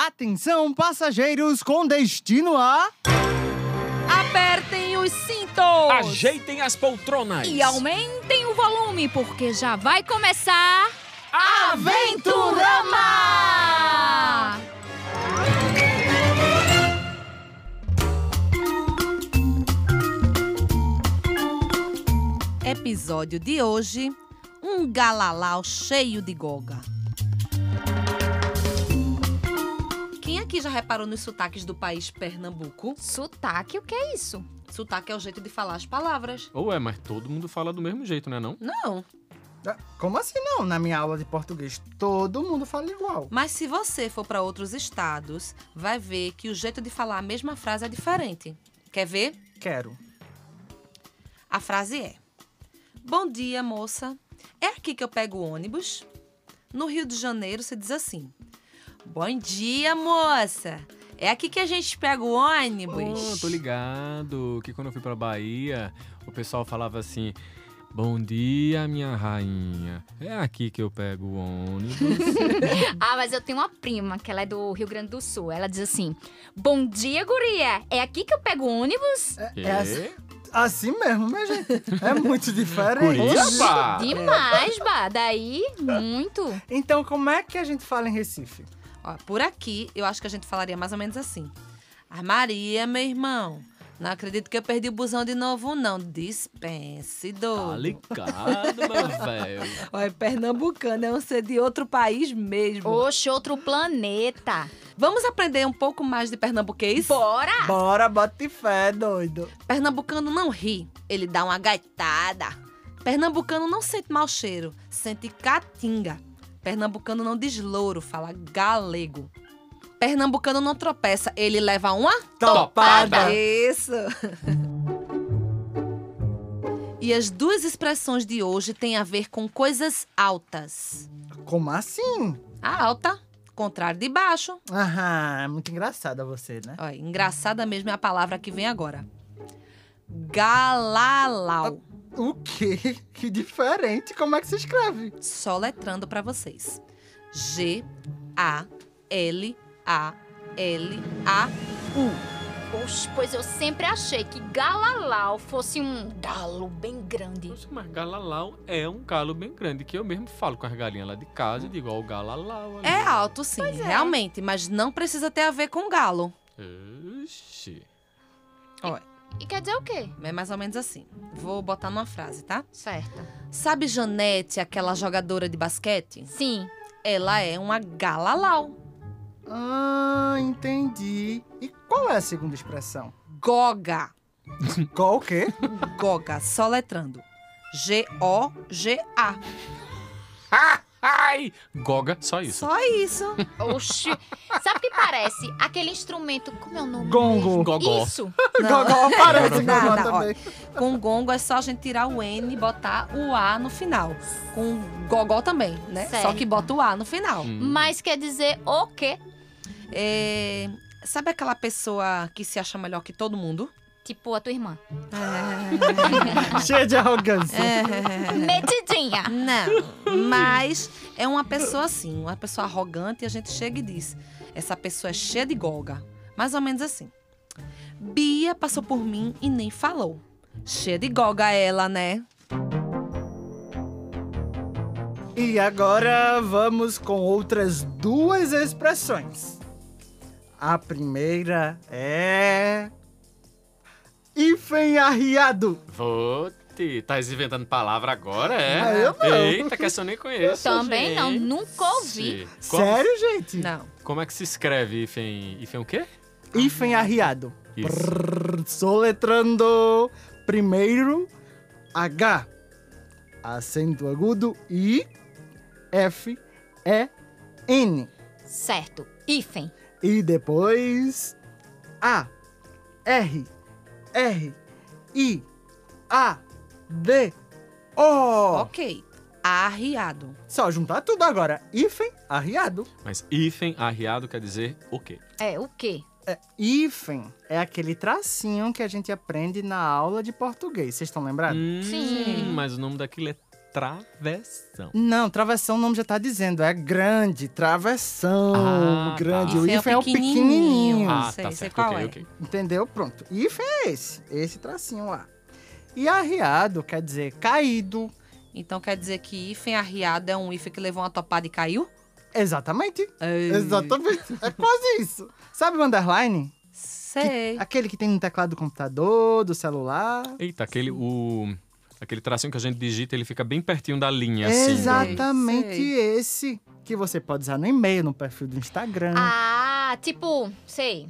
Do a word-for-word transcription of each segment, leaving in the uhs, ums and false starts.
Atenção, passageiros com destino a... Apertem os cintos! Ajeitem as poltronas! E aumentem o volume, porque já vai começar... Aventurama! Episódio de hoje, um galalau cheio de goga. Quem aqui já reparou nos sotaques do país Pernambuco? Sotaque, o que é isso? Sotaque é o jeito de falar as palavras. Ou é, mas todo mundo fala do mesmo jeito, né não? Não, Como assim não? Na minha aula de português, todo mundo fala igual. mas se você for para outros estados, vai ver que o jeito de falar a mesma frase é diferente. Quer ver? Quero. A frase é: bom dia, moça. É aqui que eu pego o ônibus? No Rio de Janeiro se diz assim: bom dia, moça. É aqui que a gente pega o ônibus? Oh, tô ligado que quando eu fui pra Bahia, o pessoal falava assim: bom dia, minha rainha. É aqui que eu pego o ônibus. Ah, mas eu tenho uma prima, que ela é do Rio Grande do Sul. Ela diz assim, bom dia, guria. É aqui que eu pego o ônibus? É, Quê? é assim, assim mesmo, minha gente. É muito diferente. Guria, pá. Demais, bah. Daí, muito. Então, como é que a gente fala em Recife? Ó, por aqui, eu acho que a gente falaria mais ou menos assim: ah, Maria, meu irmão, não acredito que eu perdi o busão de novo, não. Dispense, Tá doido. ligado, meu velho. Olha, pernambucano é um ser de outro país mesmo. Oxe, outro planeta. Vamos aprender um pouco mais de pernambuquês? Bora! Bora, bote fé, doido. Pernambucano não ri, ele dá uma gaitada. Pernambucano não sente mau cheiro, sente caatinga. Pernambucano não diz louro, fala galego. Pernambucano não tropeça, ele leva uma Topada. Isso! E as duas expressões de hoje têm a ver com coisas altas. Como assim? A alta, contrário de baixo. Aham, é muito engraçada você, né? Olha, engraçada mesmo é a palavra que vem agora. Galalau. O quê? Que diferente. Como é que se escreve? Só letrando pra vocês. G A L A L A U. Oxe, pois eu sempre achei que galalau fosse um galo bem grande. Poxa, mas galalau é um galo bem grande, que eu mesmo falo com as galinhas lá de casa e digo, ó, o galalau ali. É alto, sim, Pois é. realmente, mas não precisa ter a ver com galo. Ixi. E quer dizer o quê? É mais ou menos assim. Vou botar numa frase, tá? Certo. Sabe Janete, aquela jogadora de basquete? Sim. Ela é uma galalau. Ah, entendi. E qual é a segunda expressão? Goga. Qual o quê? Goga, só letrando. G O G A. Ai! Goga, só isso. Só isso. Oxe. Sabe o que parece? Aquele instrumento, como é o nome? Gongo. Gogó. Isso. Não. Gogó aparece Nada, Gogó ó. também. Com gongo é só a gente tirar o N e botar o A no final. Com gogó também, né? Certo. Só que bota o A no final. Hum. Mas quer dizer o quê? É, sabe aquela pessoa que se acha melhor que todo mundo? Tipo a tua irmã. Cheia de arrogância. É, Metidinha. não, mas é uma pessoa assim, uma pessoa arrogante, e a gente chega e diz: essa pessoa é cheia de goga. Mais ou menos assim. Bia passou por mim e nem falou. Cheia de goga ela, né? E agora vamos com outras duas expressões. A primeira é... hífen arriado. Vou te... Tá inventando palavra agora, é? Ah, eu não. Eita, que essa eu nem conheço, Também gente. não, nunca ouvi. Como, Sério, gente? Não. como é que se escreve hífen? Hífen o quê? Hífen arriado. Isso. Brrr, soletrando. Primeiro, H. Acento agudo. I. F. E. N. Certo. Hífen. E depois, A. R. R. I. A. D. O. Ok. Arriado. Só juntar tudo agora. Hífen arriado. Mas hífen arriado quer dizer o quê? É, o quê? É, hífen é aquele tracinho que a gente aprende na aula de português. Vocês estão lembrados? Hum, Sim. Mas o nome daquilo é travessão. Não, travessão o nome já tá dizendo. É grande, travessão. Ah, grande. tá. O hífen é o pequenininho. Ah, sei, tá sei certo. qual Ok, é. ok. Entendeu? Pronto. Hífen é esse. Esse tracinho lá. E arriado quer dizer caído. Então quer dizer que hífen arriado é um hífen que levou uma topada e caiu? Exatamente. Ei. Exatamente. É quase isso. Sabe o underline? Sei. Aquele que tem no teclado do computador, do celular. Eita, aquele, o, aquele tracinho que a gente digita, ele fica bem pertinho da linha, assim. Exatamente Sei. esse. Que você pode usar no e-mail, no perfil do Instagram. Ah, tipo, sei.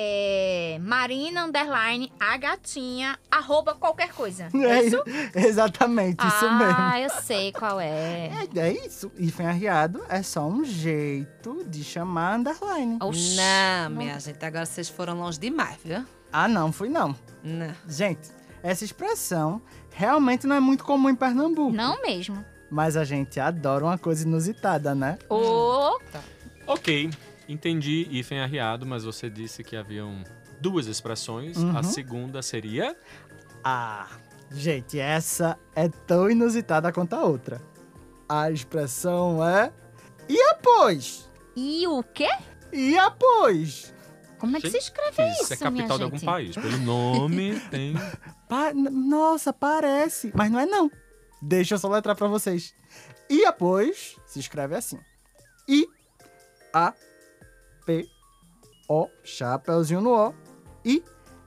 É. Marina underline a gatinha, arroba qualquer coisa. É isso? Exatamente, isso mesmo. Ah, eu sei qual é. É, é isso. Hífen arriado é só um jeito de chamar underline. Oxi. Não, minha gente, agora vocês foram longe demais, viu? Ah, não, fui não. Não. Gente, essa expressão realmente não é muito comum em Pernambuco. Não mesmo. Mas a gente adora uma coisa inusitada, né? Ô, Ok, entendi hífen arriado, mas você disse que haviam duas expressões. Uhum. A segunda seria... Ah, gente, essa é tão inusitada quanto a outra. A expressão é... E após? e o quê? E após? Como é que se Gente, escreve Isso isso, é capital minha de algum gente? país. Pelo nome, tem... Pa- n- Nossa, parece. Mas não é não. Deixa eu só letrar pra vocês. E após se escreve assim. I, A, P, O, chapeuzinho no O, I,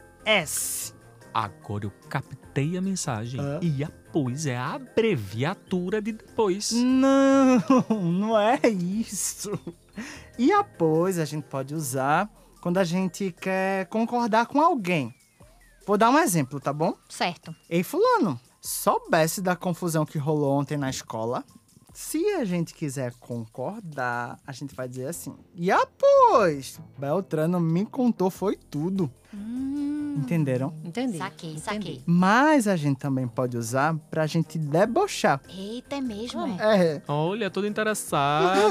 S. Agora eu captei a mensagem. Ah. E após é a abreviatura de depois. Não, não é isso. E após a gente pode usar quando a gente quer concordar com alguém. Vou dar um exemplo, tá bom? Certo. Ei, fulano, soubesse da confusão que rolou ontem na escola? Se a gente quiser concordar, a gente vai dizer assim. E após? Beltrano me contou foi tudo. Entenderam? Entendi. Saquei, entendi. saquei. Mas a gente também pode usar pra gente debochar. Eita, é mesmo? É, Olha, toda interessada.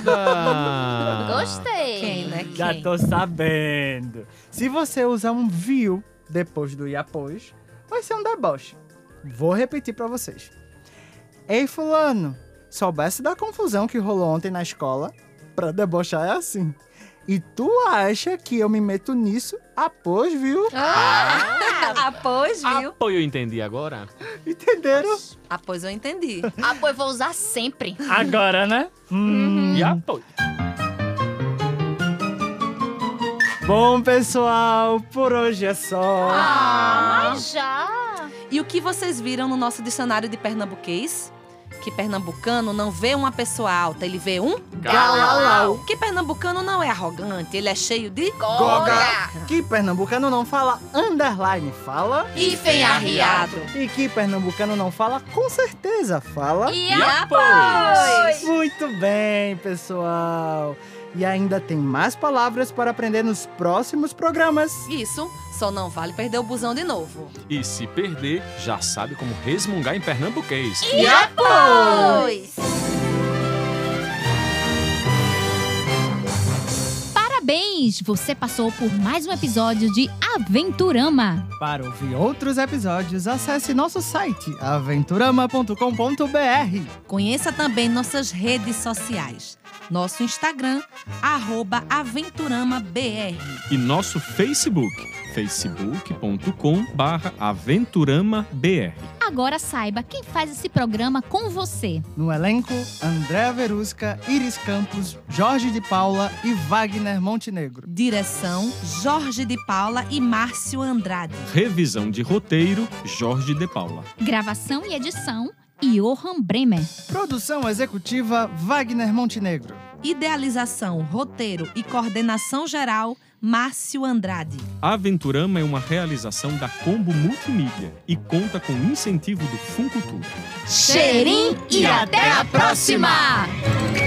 Gostei. Quem, né? já Quem? tô sabendo. Se você usar um viu depois do e após, vai ser um deboche. Vou repetir pra vocês. Ei, fulano, soubesse da confusão que rolou ontem na escola? Pra debochar é assim. E tu acha que eu me meto nisso após, viu? Ah, após, viu? Apoio, eu entendi agora. Entenderam? Após eu entendi. Ah, pô, eu vou usar sempre. Agora, né? Hum. E apoio. Bom, pessoal, por hoje é só. Ah, mas já. E o que vocês viram no nosso dicionário de pernambuquês? Que pernambucano não vê uma pessoa alta, ele vê um Galalau. Que pernambucano não é arrogante, ele é cheio de Goga. Que pernambucano não fala underline, fala. hífen arriado. E que pernambucano não fala, com certeza fala. E, E após? Muito bem, pessoal. E ainda tem mais palavras para aprender nos próximos programas. Isso, só não vale perder o busão de novo. E se perder, já sabe como resmungar em pernambuquês. E após? Parabéns! Você passou por mais um episódio de Aventurama. Para ouvir outros episódios, acesse nosso site aventurama ponto com ponto b r. Conheça também nossas redes sociais. Nosso Instagram, arroba AventuramaBR. E nosso Facebook, facebook ponto com barra aventuramabr. Agora saiba quem faz esse programa com você. No elenco, Andréa Verusca, Iris Campos, Jorge de Paula e Wagner Montenegro. Direção, Jorge de Paula e Márcio Andrade. Revisão de roteiro, Jorge de Paula. Gravação e edição, Johan Bremer. Produção executiva, Wagner Montenegro. Idealização, roteiro e coordenação geral, Márcio Andrade. Aventurama é uma realização da Combo Multimídia e conta com o incentivo do Funcultura. Cheirinho e até a próxima!